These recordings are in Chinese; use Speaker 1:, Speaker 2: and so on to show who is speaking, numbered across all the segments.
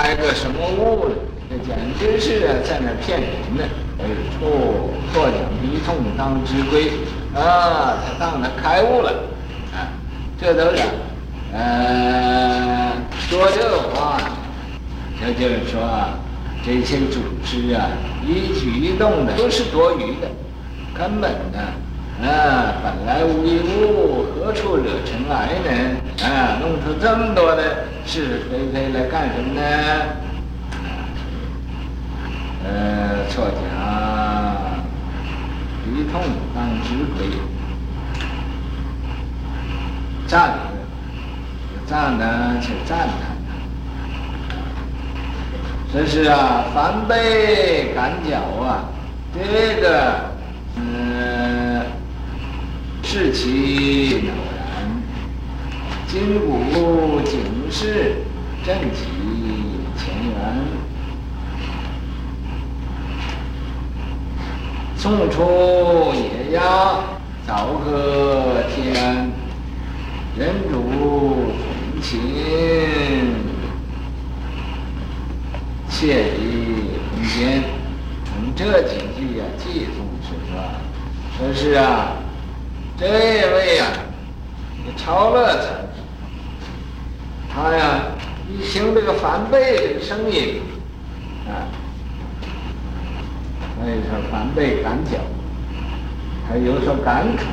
Speaker 1: 开个什么悟了？这简直是在那骗人呢！哎，错讲逼痛当之归啊！他当他开悟了啊！这都是说这话，这就是说这些祖师啊，一举一动的都是多余的，根本呢。本来无一物，何处惹尘埃呢？弄出这么多的是是非非来干什么呢？错讲鼻痛当之归，赞呢是赞叹，这是梵呗赶脚这个视其偶然，今古警示，正其前缘。送出野鸭，早歌天，人主从情，切离空间。从这几句记住是说是这位超乐禅师，他一听这个梵呗这个声音所以说梵呗赶脚，还有所感触，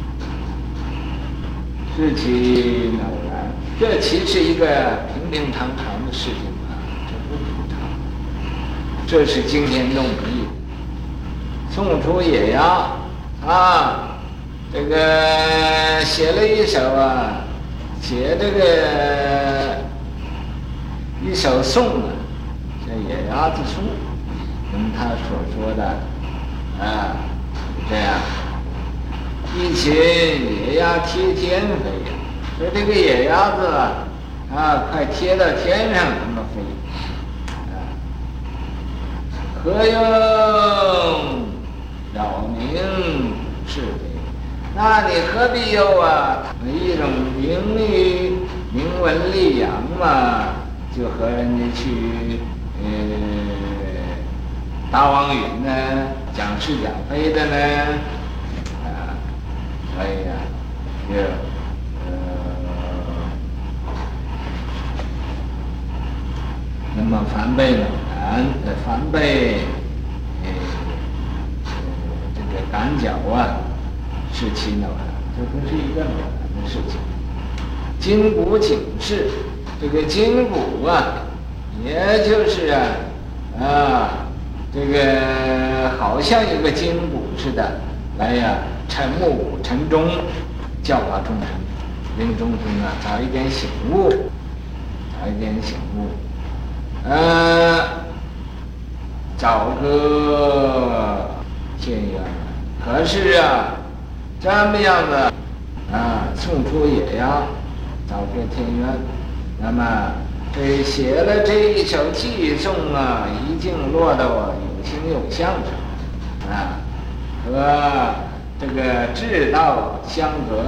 Speaker 1: 是其偶然。这其实一个平平常常的事情这不平常，这是惊天动地。送出野鸭这个写了一首写这个一首颂叫《野鸭子颂》，跟他所说的这样，一群野鸭贴天飞说这个野鸭子快贴到天上这么飞何用扰民是非？那你何必有一种名闻利养就和人家去大妄语呢，讲是讲非的呢所以那么梵呗梵呗这个赶脚是其偶然，这不是一个偶然的事情。筋骨警示，这个筋骨也就是这个好像一个筋骨似的来目骨晨钟，教化众生，令众生早一点醒悟，找个天缘。可是这么样的送出野鸭，找个天缘。那么这写了这一首偈颂一经落到有形有相上和这个志道相隔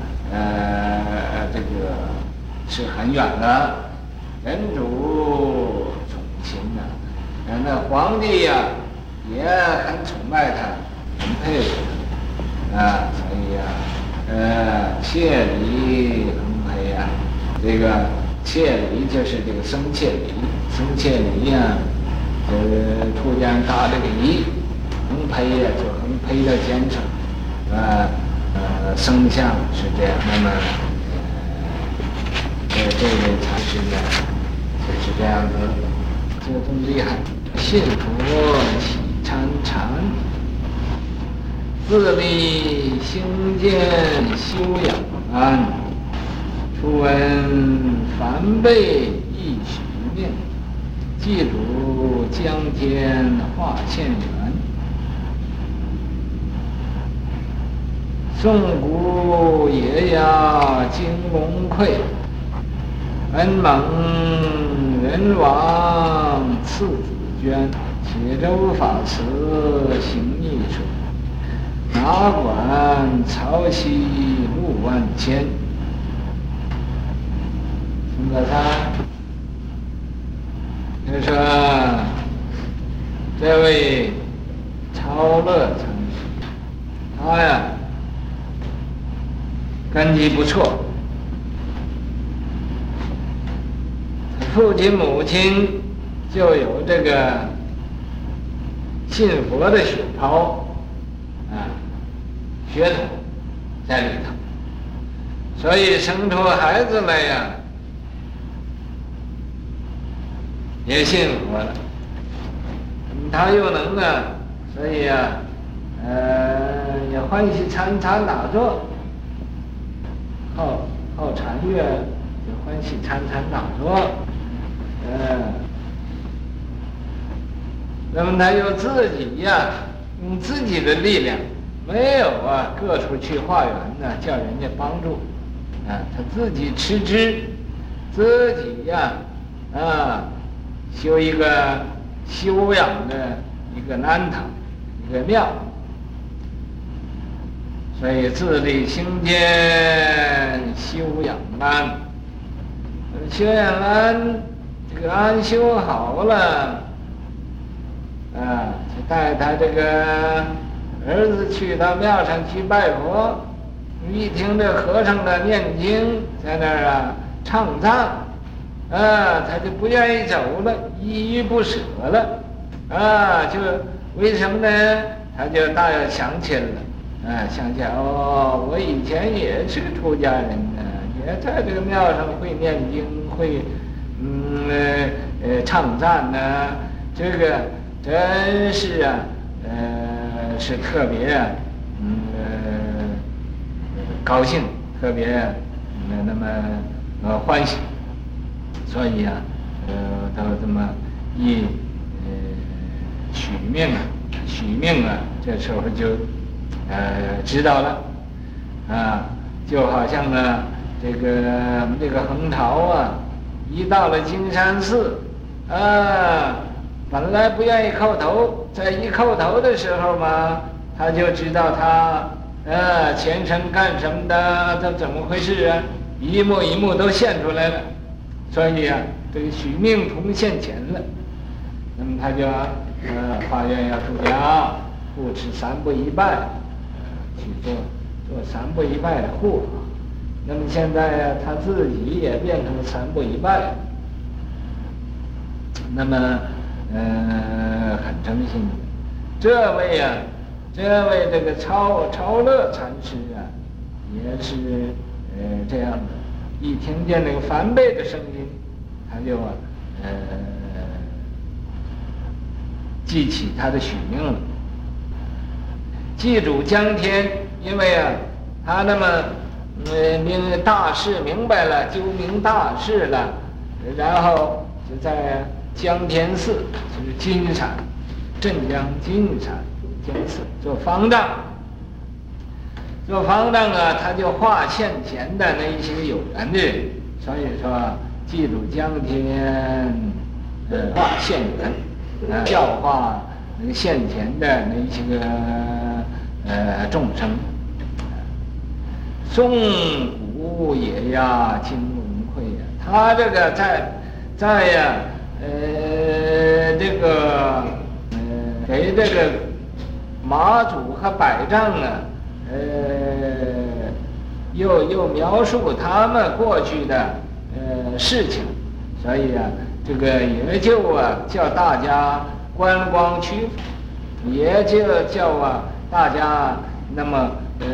Speaker 1: 这个是很远的。人主宠亲那皇帝也很崇拜他，很佩服他所以切离横胚这个切离就是这个僧切离，出家嘎这个离，横胚就横胚到肩上僧像是这样。那么这位禅师就是这样子，这种厉害。信佛起参禅，自立兴建修养安。初闻梵呗一许命，祭主江天化现缘。宋古野鸭金龙馈，恩蒙人王赐子捐。铁州法慈行逆水，哪管潮汐路万千。孙格山就说这位超乐禅师，他呀根基不错，父亲母亲就有这个信佛的血thống血统在里头，所以生出孩子来呀也信佛了。他又能呢，所以呀也欢喜参打坐，好禅悦，就欢喜参打坐。那么他又自己呀用自己的力量，没有各处去化缘呢，叫人家帮助，他自己持之，自己呀修一个修养的一个庵堂，一个庙，所以自力兴建修养庵。修养庵，这个庵修好了，就带他这个儿子去到庙上去拜佛，一听这和尚的念经，在那儿唱赞，他就不愿意走了，依依不舍了，就为什么呢？他就大要想起来了，想起来我以前也是个出家人呢，也在这个庙上会念经，会唱赞呢，这个真是是特别高兴，特别那么欢喜，所以都这么一许命这时候就知道了就好像呢这个横潮一到了金山寺本来不愿意叩头，在一叩头的时候嘛，他就知道他前生干什么的，这怎么回事一幕一幕都现出来了，所以这个许命同现前了。那么他就发愿要出家，护持三不一拜，去做三不一拜的护法。那么现在他自己也变成三不一拜了，那么很诚心的。这位这个超乐禅师也是这样的，一听见那个梵呗的声音，他就记起他的许命了。祭祖江天，因为他那么大事明白了，究明大事了，然后就在江天寺，就是金山，镇江金山金寺做方丈。做方丈他就化现前的那一些有缘的人，所以说祭祖江天化现缘，教化那个现前的那一些个众生。宋古也金龙会他这个在这个给这个马祖和百丈又描述他们过去的事情，所以这个也就叫大家观光取法，也就叫大家那么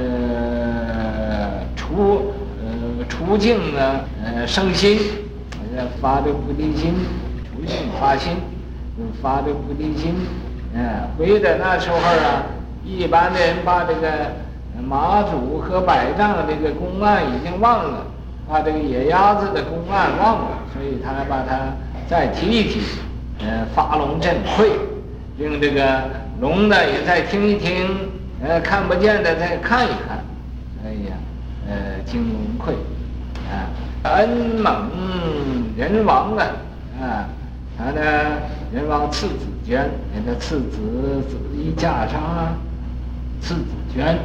Speaker 1: 除净生心，发这菩提心，除净发心，发这菩提心。回的那时候一般的人把这个马祖和百丈这个公案已经忘了，把这个野鸭子的公案忘了，所以他把它再提一提，发聋振聩，令这个聋的也再听一听，看不见的再看一看，所以惊聋聩恩猛人王他呢人王次子娟，人家次子子衣袈裟，次子娟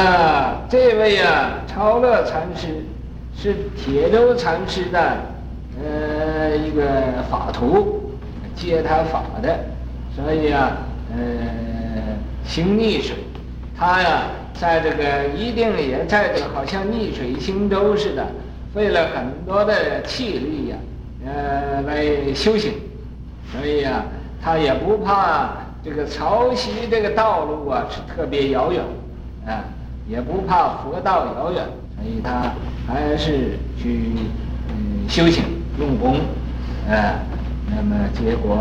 Speaker 1: 这位超乐禅师是铁州禅师的一个法徒，接他法的，所以啊，行逆水，他呀，在这个一定也在这个好像逆水行舟似的，费了很多的气力呀，来修行，所以啊，他也不怕这个潮汐这个道路啊是特别遥远，啊，也不怕佛道遥远，所以他还是去修行用功，那么结果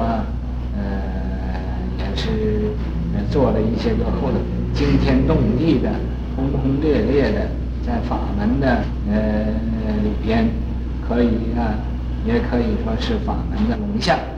Speaker 1: 也是做了一些个后的惊天动地的、轰轰烈烈的，在法门的里边，可以啊，也可以说是法门的龙象。